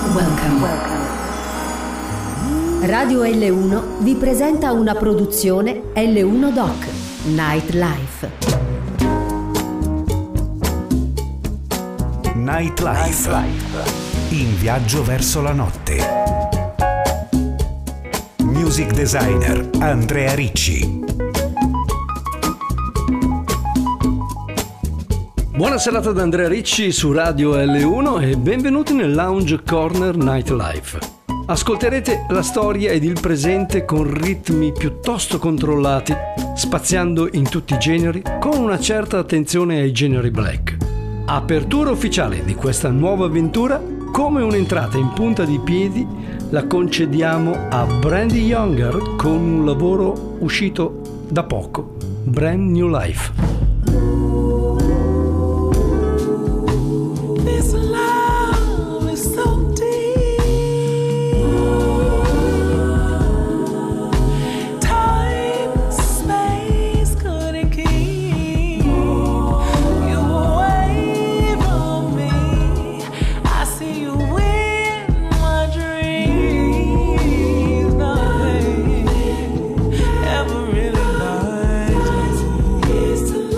Welcome. Radio L1 vi presenta una produzione L1 Doc Nightlife. Nightlife. In viaggio verso la notte. Music designer Andrea Ricci. Buona serata da Andrea Ricci su Radio L1 e benvenuti nel Lounge Corner Nightlife. Ascolterete la storia ed il presente con ritmi piuttosto controllati, spaziando in tutti i generi con una certa attenzione ai generi black. Apertura ufficiale di questa nuova avventura, come un'entrata in punta di piedi, la concediamo a Brandy Younger con un lavoro uscito da poco, Brand New Life. Ever really nice.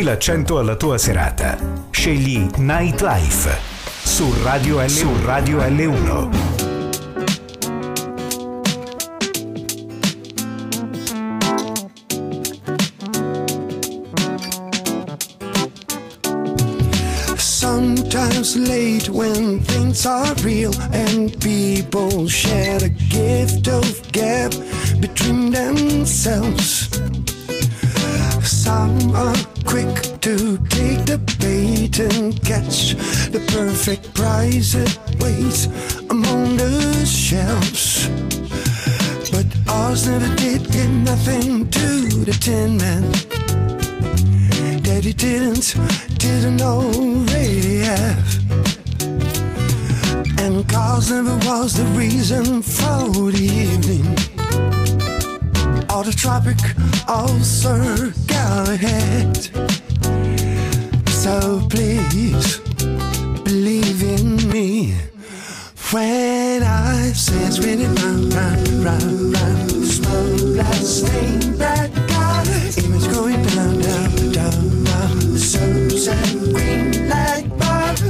l'accento alla tua serata. Scegli Nightlife su Radio L1. Sometimes late when things are real and people share the gift of gap between themselves. Some are quick to take the bait and catch the perfect prize it waits among the shelves. But ours never did give nothing to the Tin Man. Daddy didn't already have. And cause never was the reason for the evening or the Tropic of Sir Galahad. So please believe in me when I say spin it round, round, round, round. Smoke that stain that got image going down, down, down, down. Sunset green like butter.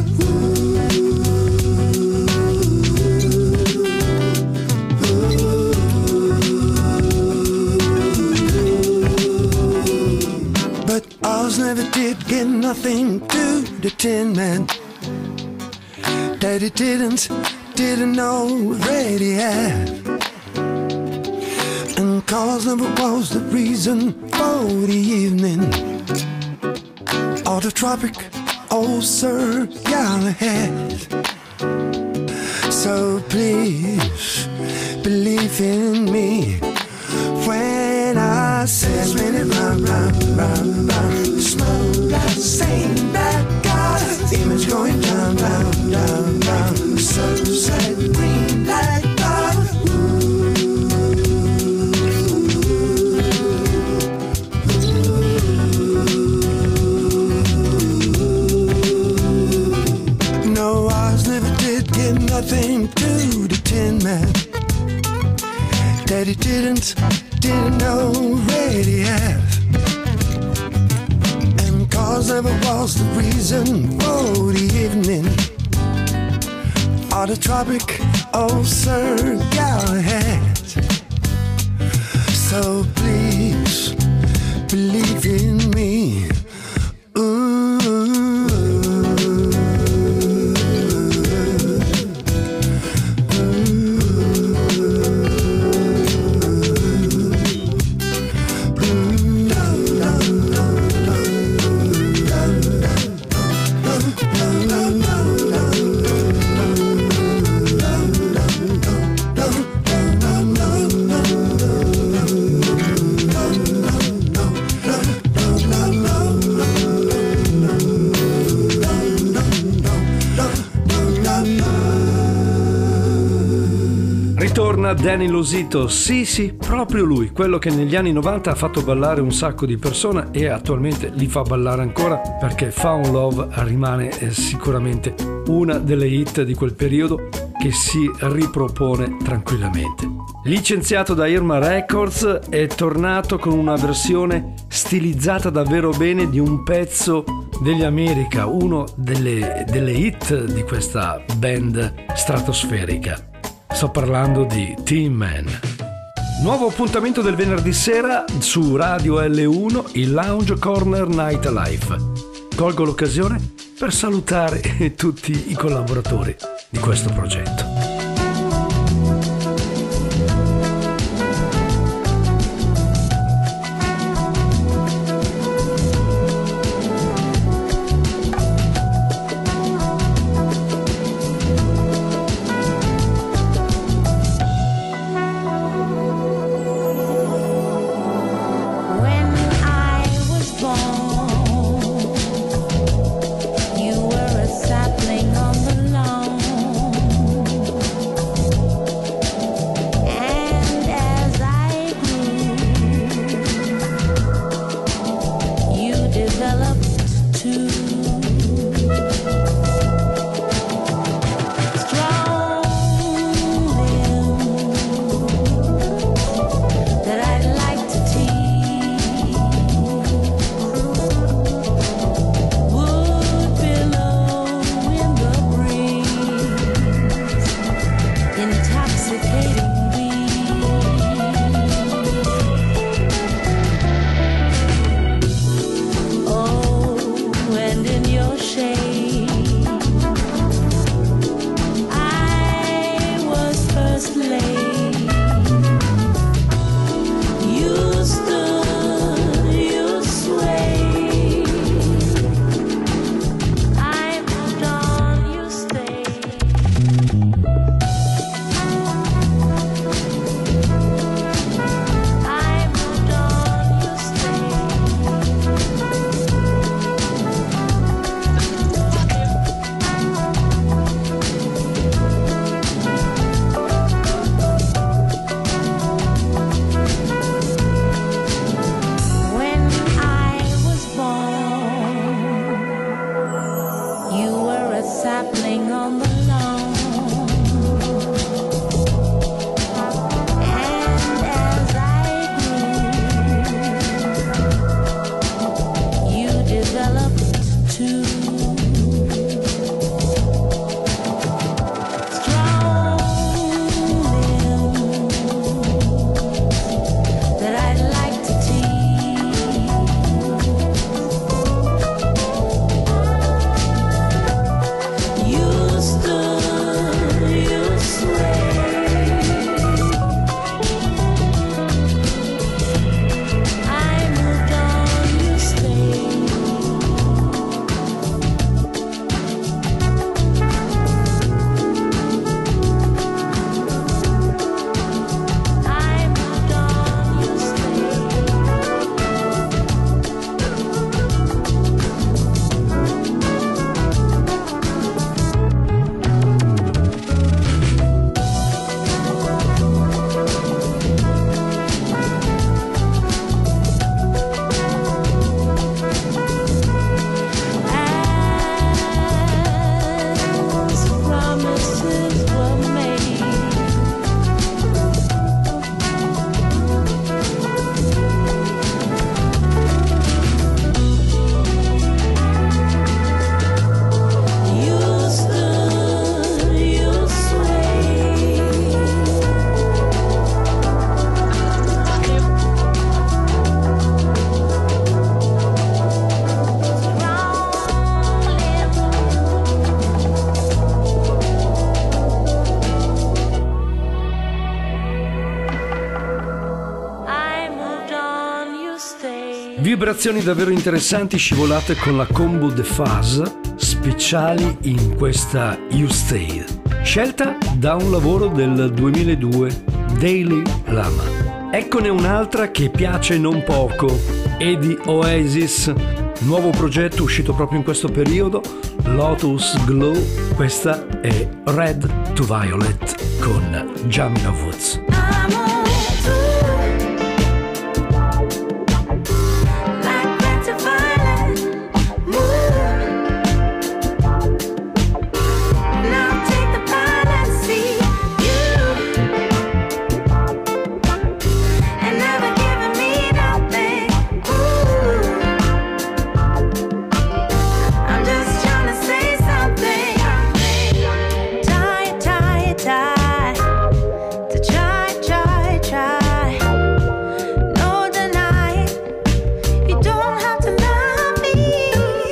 But ours never did get nothing to the Tin Man. Daddy didn't already have. And cause never was the reason for the evening or the Tropic of Sir Galahad. So please believe in me when I say spin it round, round, round, round. Smoke that same that got image going down, down, down, down. Sunset green like butter. No, ours never did give nothing to the Tin Man. Daddy didn't already have. And cause never was the reason for the evening or the Tropic of Sir Galahad. So please believe in me. Ritorna Danny Losito, sì, proprio lui, quello che negli anni 90 ha fatto ballare un sacco di persone e attualmente li fa ballare ancora, perché Found Love rimane sicuramente una delle hit di quel periodo che si ripropone tranquillamente. Licenziato da Irma Records, è tornato con una versione stilizzata davvero bene di un pezzo degli America, uno delle hit di questa band stratosferica. Sto parlando di Tin Man. Nuovo appuntamento del venerdì sera su Radio L1, il Lounge Corner Nightlife. Colgo l'occasione per salutare tutti i collaboratori di questo progetto. You were a sapling on the lawn. in your shade. I was first laid. You stood, you swayed. I moved on, you stayed. I moved on, you When I was born, you were a sapling on the lawn, and as I grew, you developed too. Strong limbs that I'd like to tease. You stood, you swayed. I moved on, you stayed. I moved on, you stayed. As promises were made, you stood, you swayed. I moved on, you stayed. Vibrazioni davvero interessanti scivolate con la combo The Fuzz, speciali in questa You Stayed, scelta da un lavoro del 2002, Dalai Lama. Eccone un'altra che piace non poco, Eddie Oasis, nuovo progetto uscito proprio in questo periodo, Lotus Glow. Questa è Red to Violet con Jamila Woods. I'm on tour, like red to violet moon. Now take the pilot and see you, and never giving me nothing. Ooh, I'm just trying to say something. Tie to try. No deny it. You don't have to love me.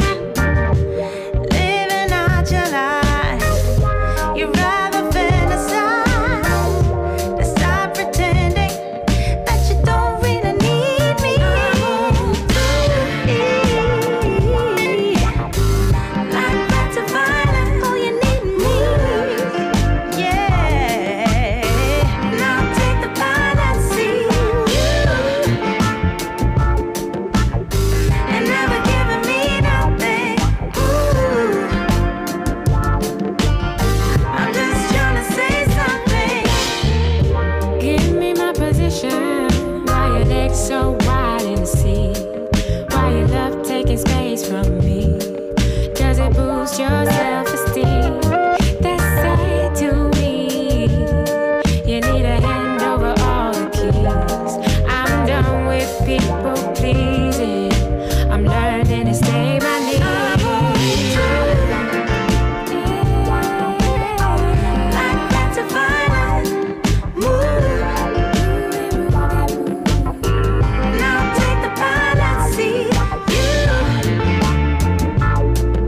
Living out your life. You'd rather fantasize than stop pretending that you don't really need me. Like red to violet, oh, you need me. Yeah. Now take the pilot and see you, and never giving me nothing. Ooh, I'm just trying to say something. Give me my position. Why your legs so wide in the sea? Why you love taking space from me? Does it boost your self-esteem? That say to me, you need a hand over all the keys. I'm done with people pleasing. I'm learning to stay my knees. Like red to violet moon. Now take the pilot and see you,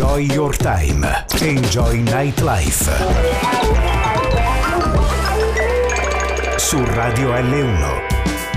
Enjoy your time. Enjoy nightlife. Su Radio L1.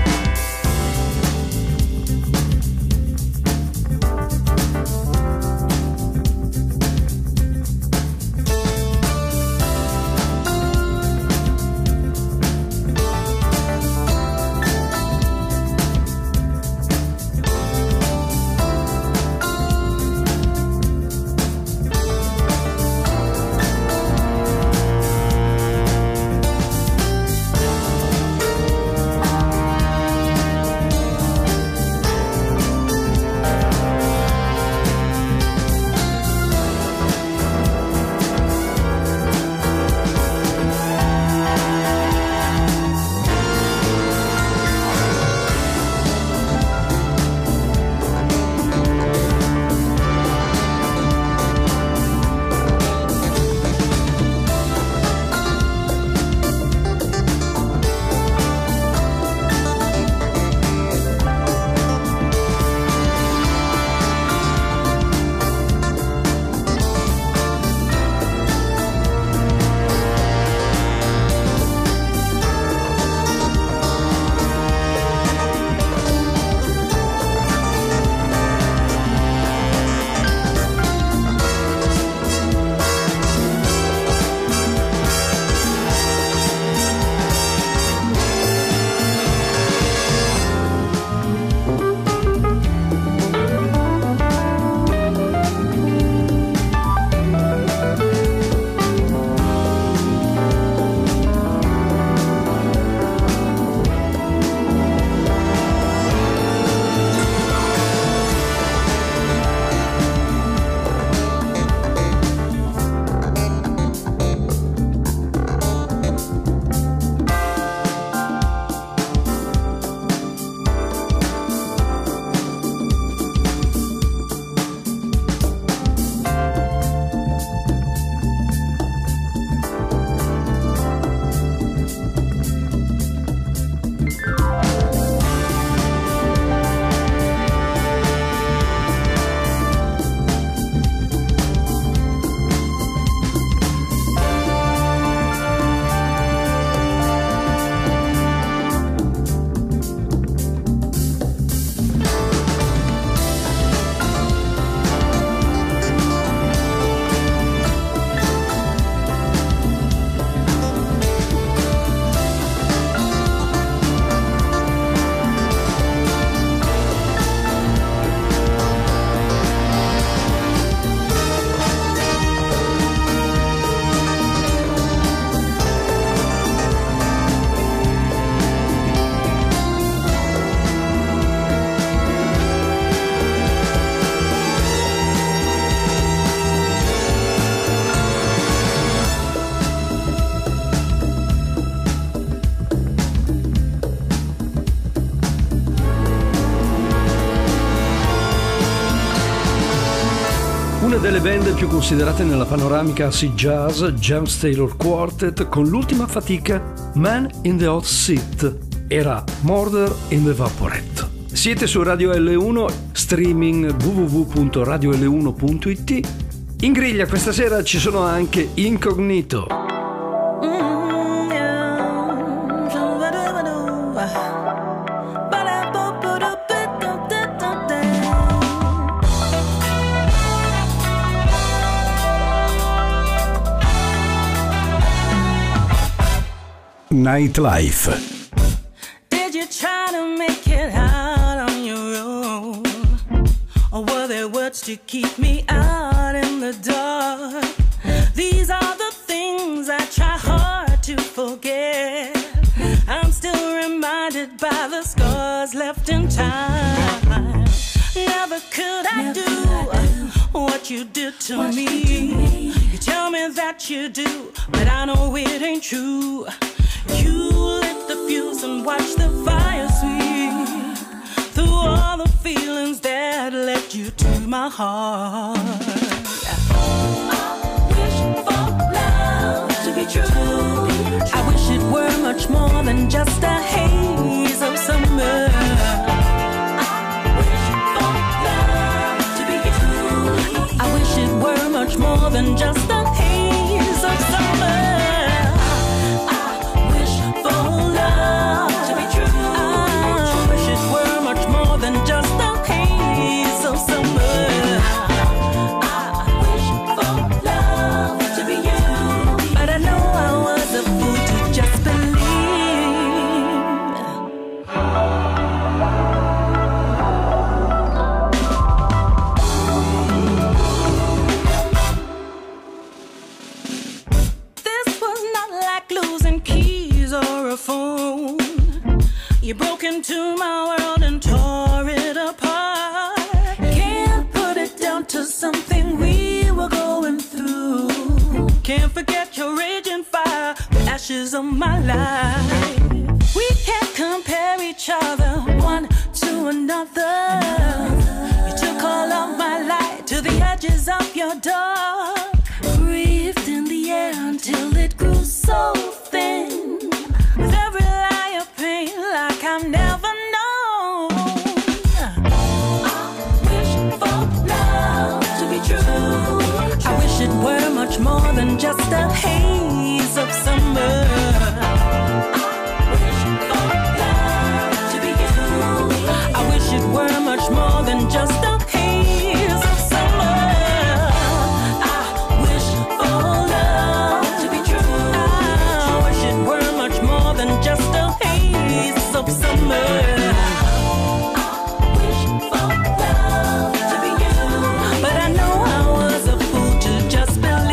Una delle band più considerate nella panoramica acid jazz, James Taylor Quartet, con l'ultima fatica Man in the Hot Seat, era Murder in the Vaporette. Siete su Radio L1, streaming www.radiol1.it. In griglia questa sera ci sono anche Incognito. Nightlife. Did you try to make it out on your own? Or were there words to keep me out in the dark? These are the things I try hard to forget. I'm still reminded by the scars left in time. Never could I do what you did to me. You tell me that you do, but I know it ain't true. You lit the fuse and watch the fire sweep through all the feelings that led you to my heart. I wish for love to be true. I wish it were much more than just a haze of summer. I wish for love to be true. I wish it were much more than just the haze of summer. I wish for love to be true. I wish it were much more than just the haze of summer. I wish for love to be you, but I know I was a fool to just believe. Phone. You broke into my world and tore it apart. Can't put it down to something we were going through. Can't forget your raging fire, the ashes of my life. We can't compare each other one to another. You took all of my light to the edges of your dark. Breathed in the air until it grew so thin. With every lie of pain like I've never known. I wish for love to be true. I wish it were much more than just a haze of summer. I wish for love to be you. I wish it were much more than just a haze of summer. I wish for love to be true. I wish it were much more than just a haze of summer. I wish for love to be you, but I know I was a fool to just believe.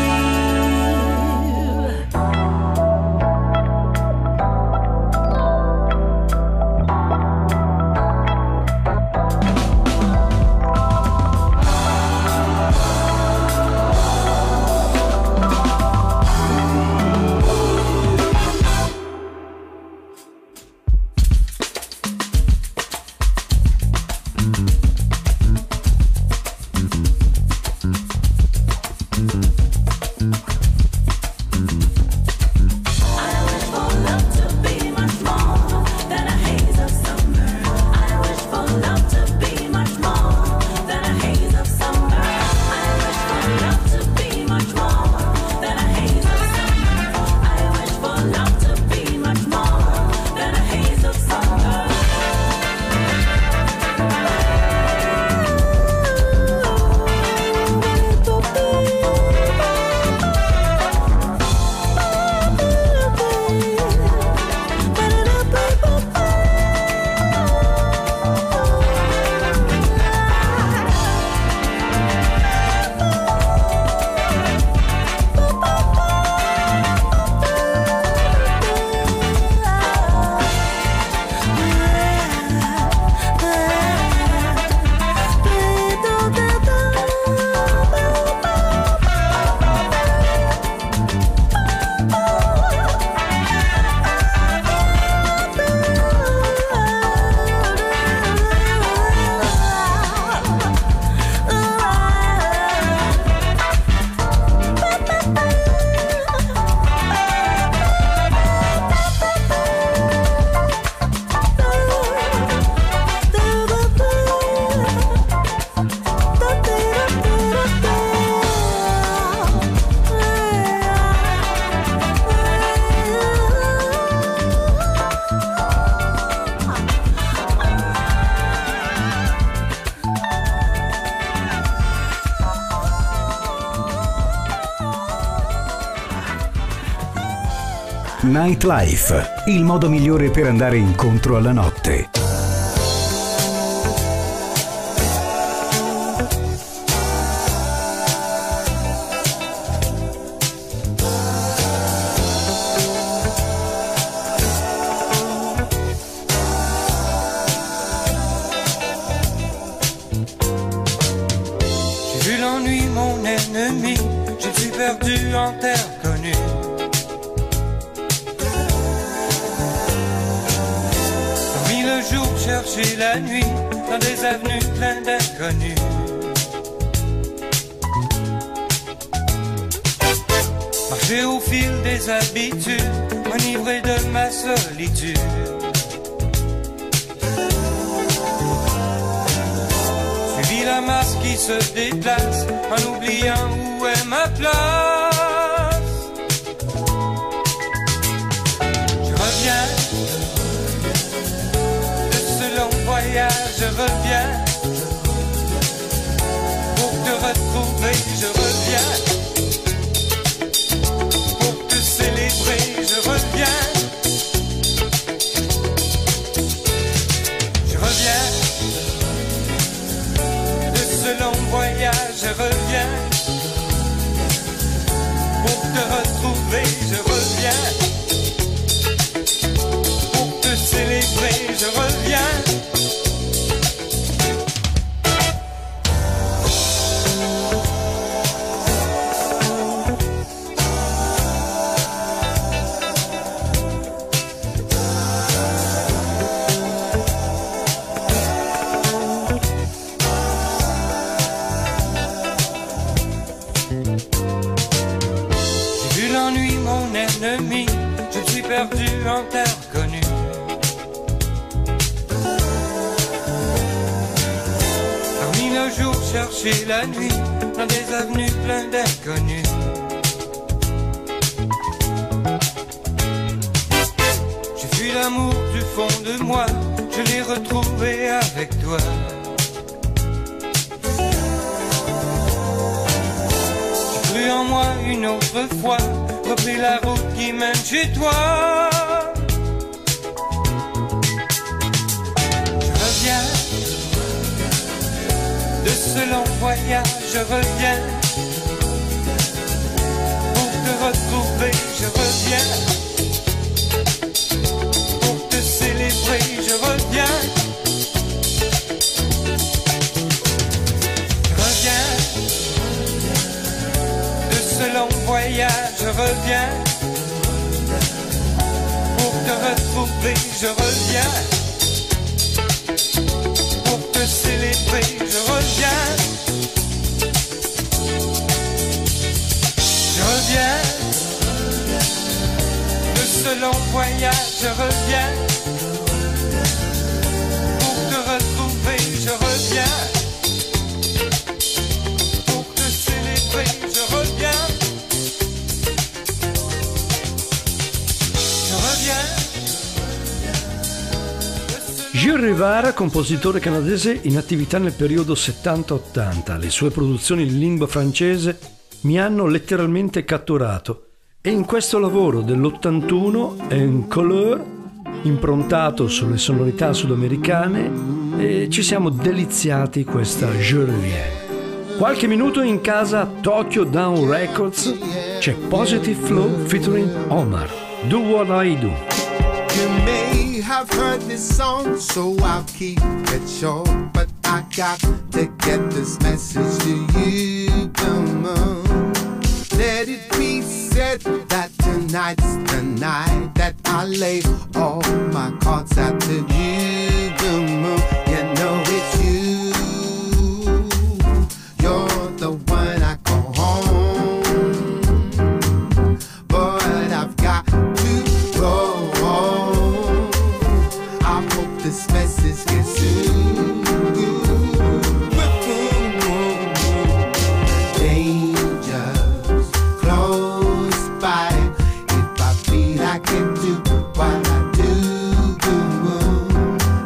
Nightlife, il modo migliore per andare incontro alla notte. J'ai vu l'ennui, mon ennemi, je suis perdu en terre connue. Chercher la nuit dans des avenues pleines d'inconnus. Marcher au fil des habitudes, enivré de ma solitude. Suivi la masse qui se déplace en oubliant où où est ma place. Je reviens de ce long voyage, je reviens pour te retrouver, je reviens pour te célébrer, je reviens. Je reviens de ce long voyage, je reviens pour te retrouver, je reviens pour te célébrer, je reviens. Je suis perdu en terre connue. Parmi nos jours, chercher la nuit dans des avenues pleines d'inconnus. J'ai fui l'amour du fond de moi, je l'ai retrouvé avec toi. J'ai cru en moi une autre fois, repris la route qui mène chez toi. Je reviens de ce long voyage, je reviens pour te retrouver, je reviens pour te célébrer, je reviens. Je reviens de ce long voyage, je reviens pour te retrouver, je reviens pour te célébrer, je reviens. Je reviens de ce long voyage, je reviens pour te retrouver, je reviens pour te célébrer, je reviens. Gil Rivara, compositore canadese in attività nel periodo 70-80, le sue produzioni in lingua francese mi hanno letteralmente catturato e in questo lavoro dell'81 En Couleur, improntato sulle sonorità sudamericane, ci siamo deliziati questa Je Reviens. Qualche minuto in casa Tokyo Down Records c'è Positive Flow featuring Omar, Do What I Do. You may have heard this song, so I'll keep it short. But I got to get this message to you. Come on, let it be said that tonight's the night that I lay all my cards out to you. Come on, you know it's you. You're the one I call home, but I've got to go. This message gets through. Danger's close by. If I feel I can do what I do,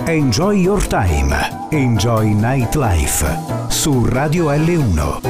Enjoy Your Time. Enjoy Nightlife. Su Radio L1.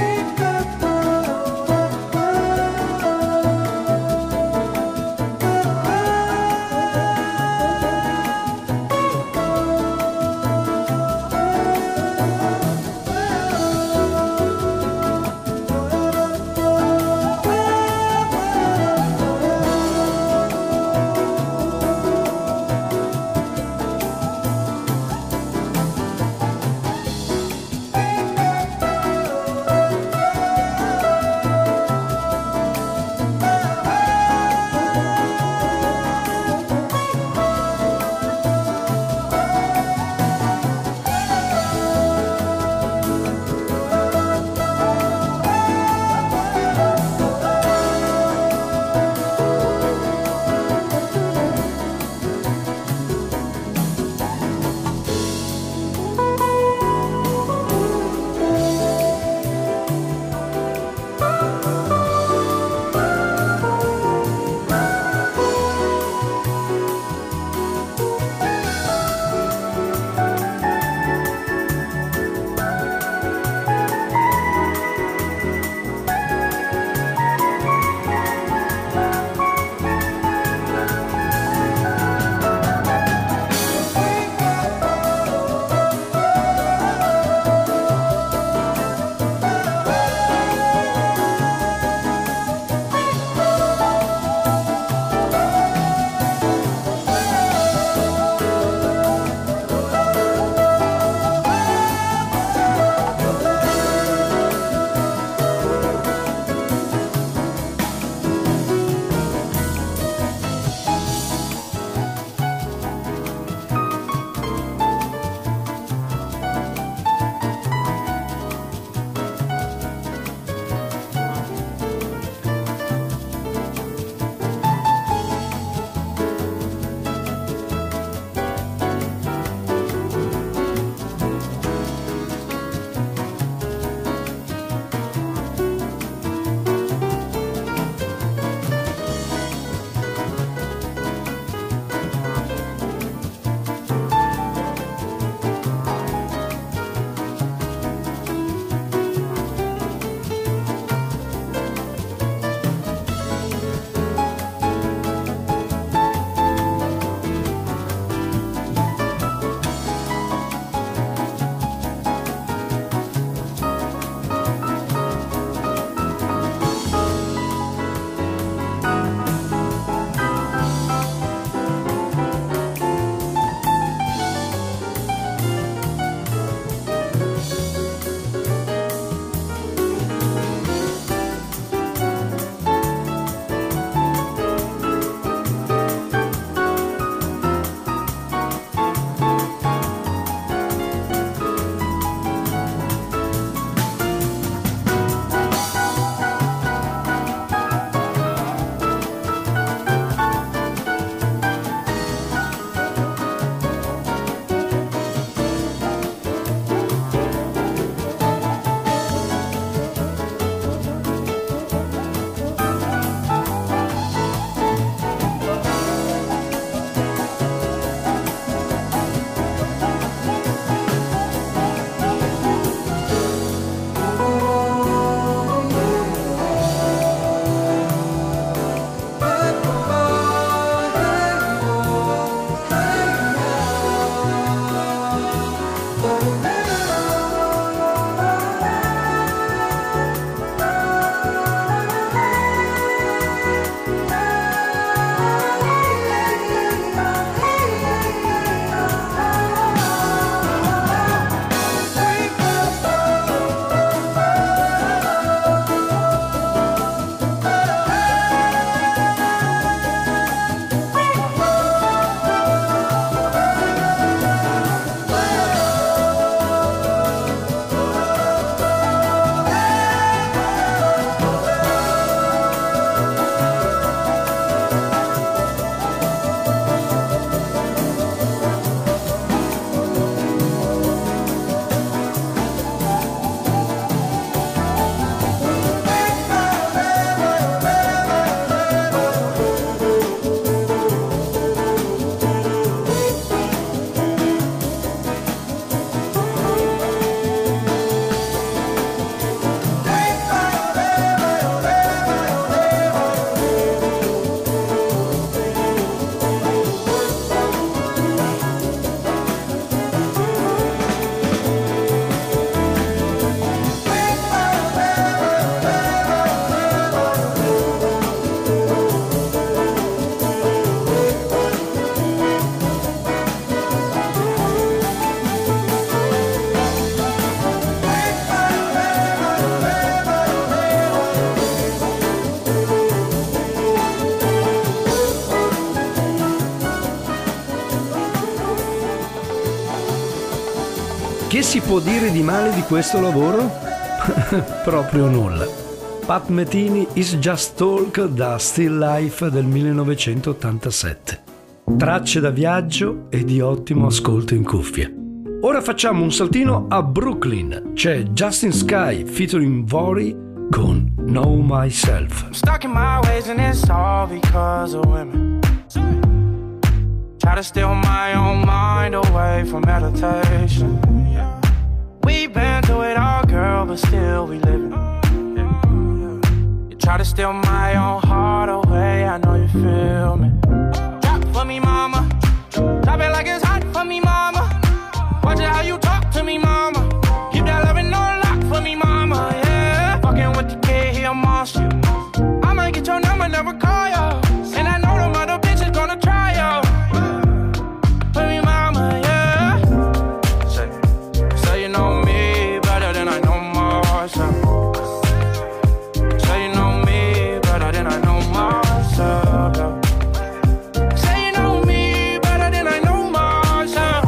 Che si può dire di male di questo lavoro? Proprio nulla. Pat Metheny, Is Just Talk da Still Life del 1987. Tracce da viaggio e di ottimo ascolto in cuffia. Ora facciamo un saltino a Brooklyn. C'è Justin Sky featuring Vory con Know Myself. I'm stuck in my ways and it's all because of women. Try to steal my own mind away from meditation. We've been through it all, girl, but still we live it. You try to steal my own heart away, I know you feel me. Drop it for me, mama. Drop it like it's hot for me, mama. Watch it how you talk to me, mama. Keep that loving on lock for me, mama, yeah. Fucking with the kid, he a monster. I might get your number, never call you. And I know them other bitches gonna try you. For me, mama, yeah. Say you know me better than I know myself. Say you know me better than I know myself, yeah. Say you know me better than I know myself.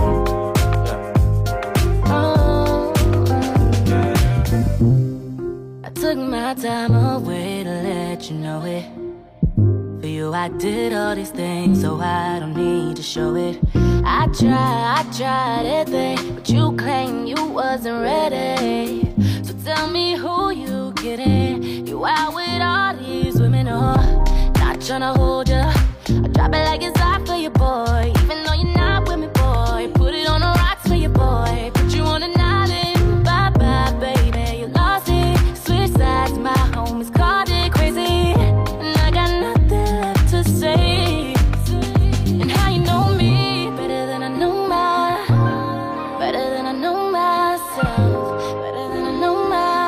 I took my time away to let you know it. For you I did all these things, so I don't need to show it. I tried everything, but you claim you wasn't ready. So tell me who you kidding. You out with all these women, oh, not tryna hold ya. I drop it like it's hot for your boy, even though you're not with me, boy. Put it on the rocks for your boy, put you on an island. Bye bye, baby, you lost it. Switch sides, my homies called it crazy, and I got nothing left to say. And how you know me better than I know better than I know myself, better than I know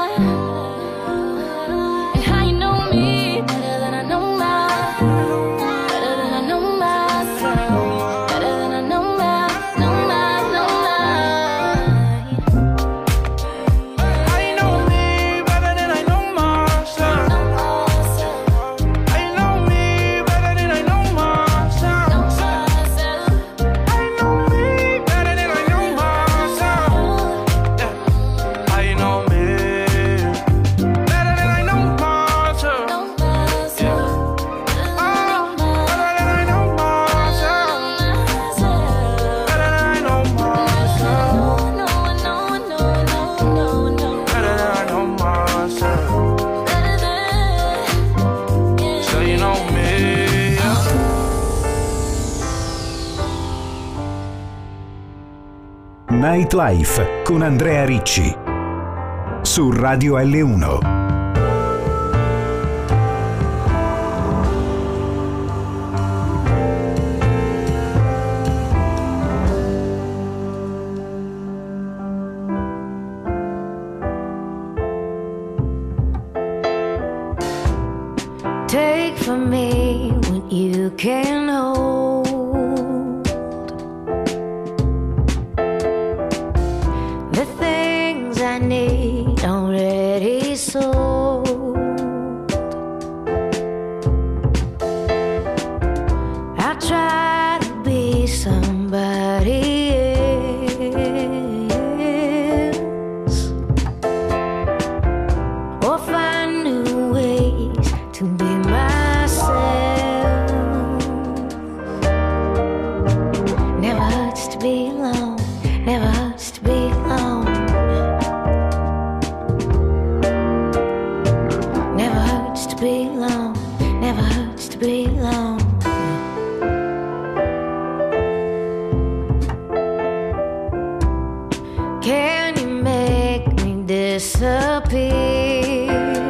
and how you know me better than I know better than I know myself, better than I know How you know me better than I know myself? How you know me better than I know myself? How you know me better than I know myself? Yeah. How you know me better than I know myself? Yeah. Oh, better than I know myself. Better than I know myself. Better than I know myself. So you know me, yeah. Nightlife con Andrea Ricci su Radio L1. Take from me what you can hold, the things I need already sold. I try to be somebody else, or find new ways to be myself. Never hurts to be alone, never hurts to be alone. Never hurts to be alone, never hurts to be alone. Can you make me disappear?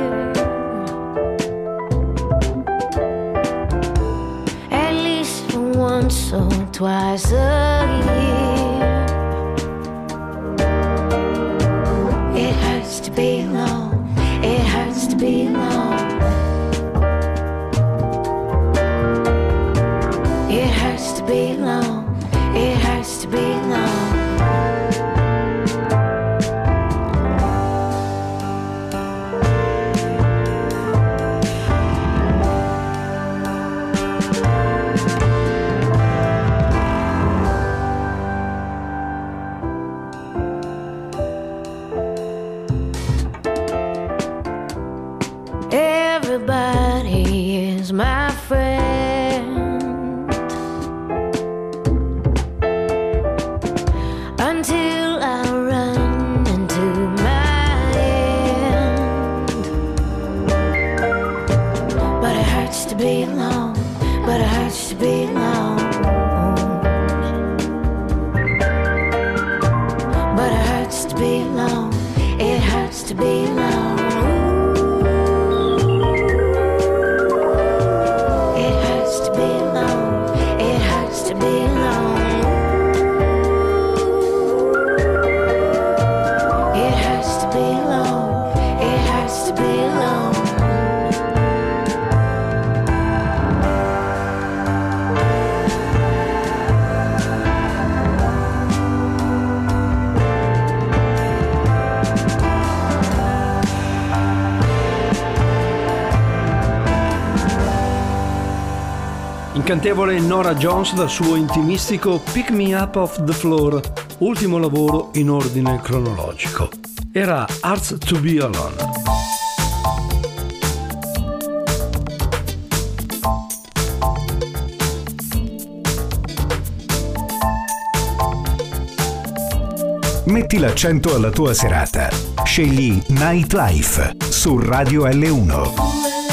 At least for once or twice a year. It hurts to be alone, it hurts to be alone. It hurts to be alone, it hurts to be alone. L'incantevole Norah Jones dal suo intimistico Pick Me Up Off the Floor, ultimo lavoro in ordine cronologico. Era Hearts to Be Alone. Metti l'accento alla tua serata. Scegli Nightlife su Radio L1.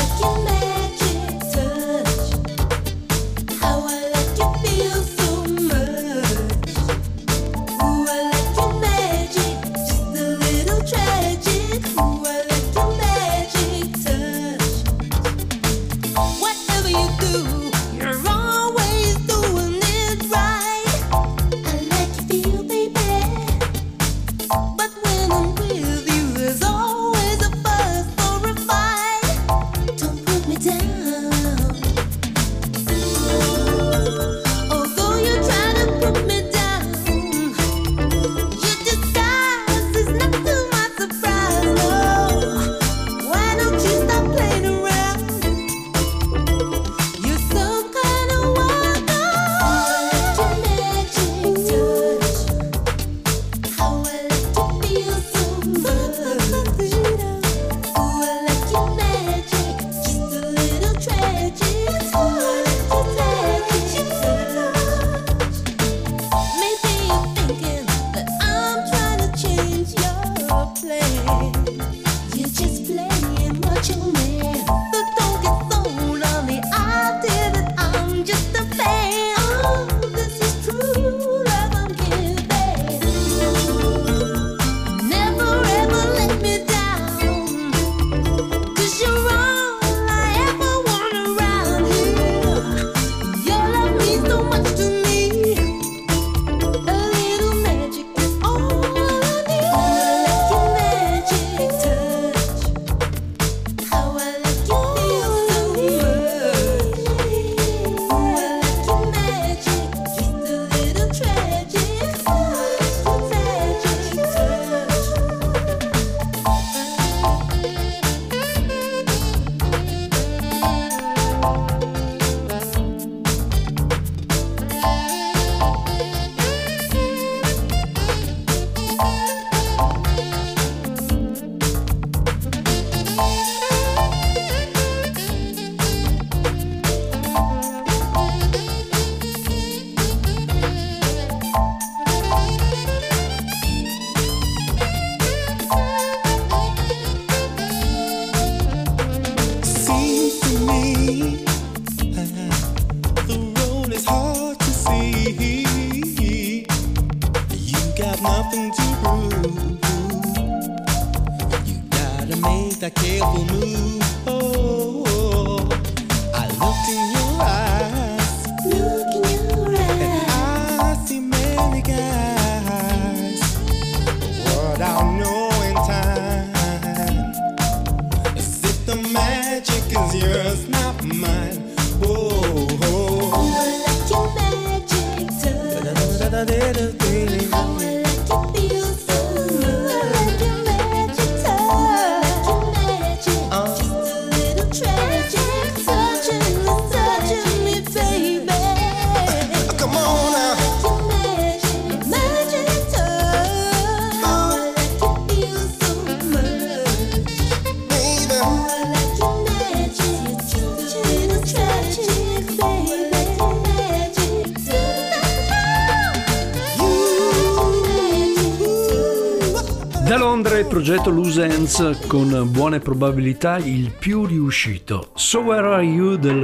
Da Londra il progetto Loose Ends, con buone probabilità il più riuscito, So Where Are You del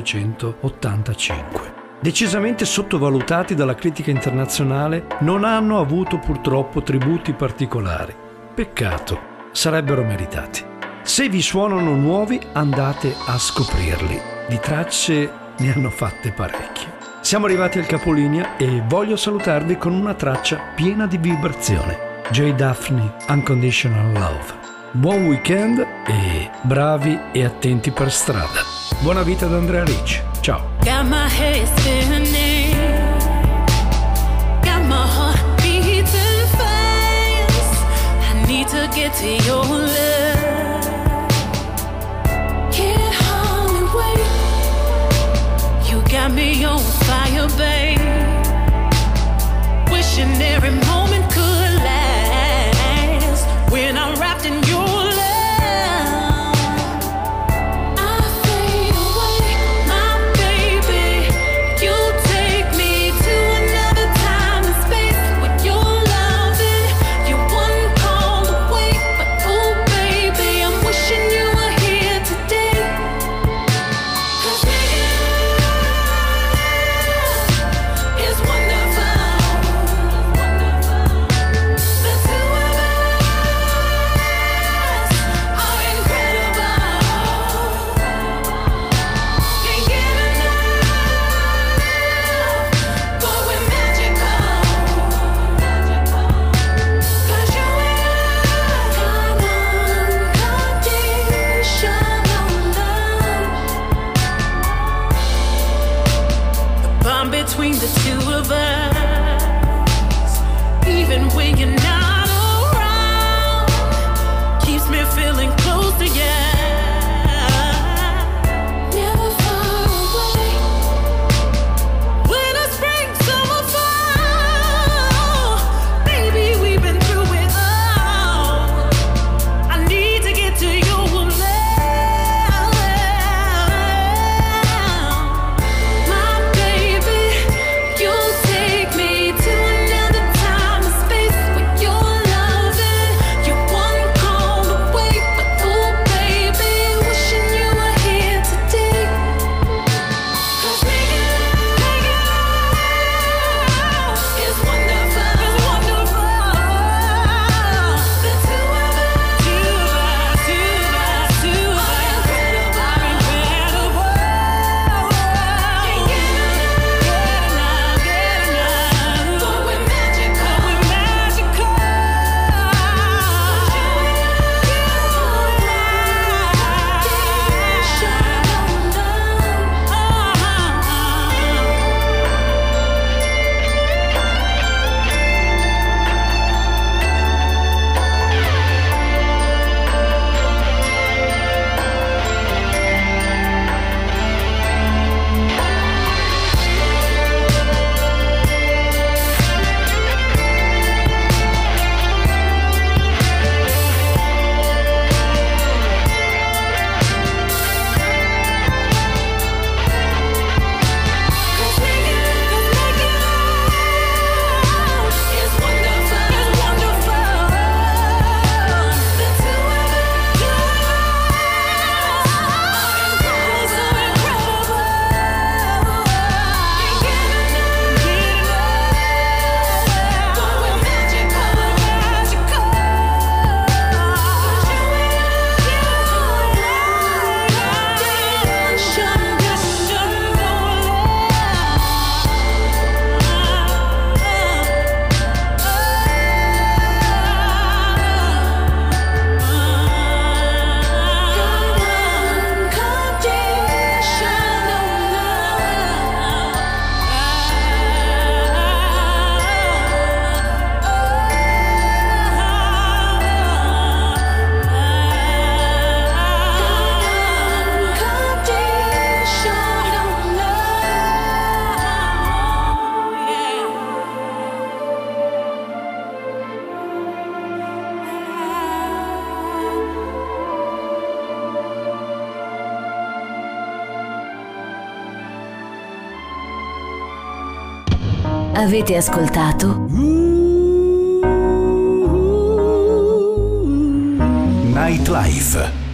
1985. Decisamente sottovalutati dalla critica internazionale, non hanno avuto purtroppo tributi particolari. Peccato, sarebbero meritati. Se vi suonano nuovi, andate a scoprirli. Di tracce ne hanno fatte parecchie. Siamo arrivati al capolinea e voglio salutarvi con una traccia piena di vibrazione. J. Daphne, Unconditional Love. Buon weekend e bravi e attenti per strada. Buona vita da Andrea Ricci. Ciao. Got my head spinning, got my heart beating fast. I need to get to your love. Can't hardly wait. You got me Avete ascoltato Nightlife.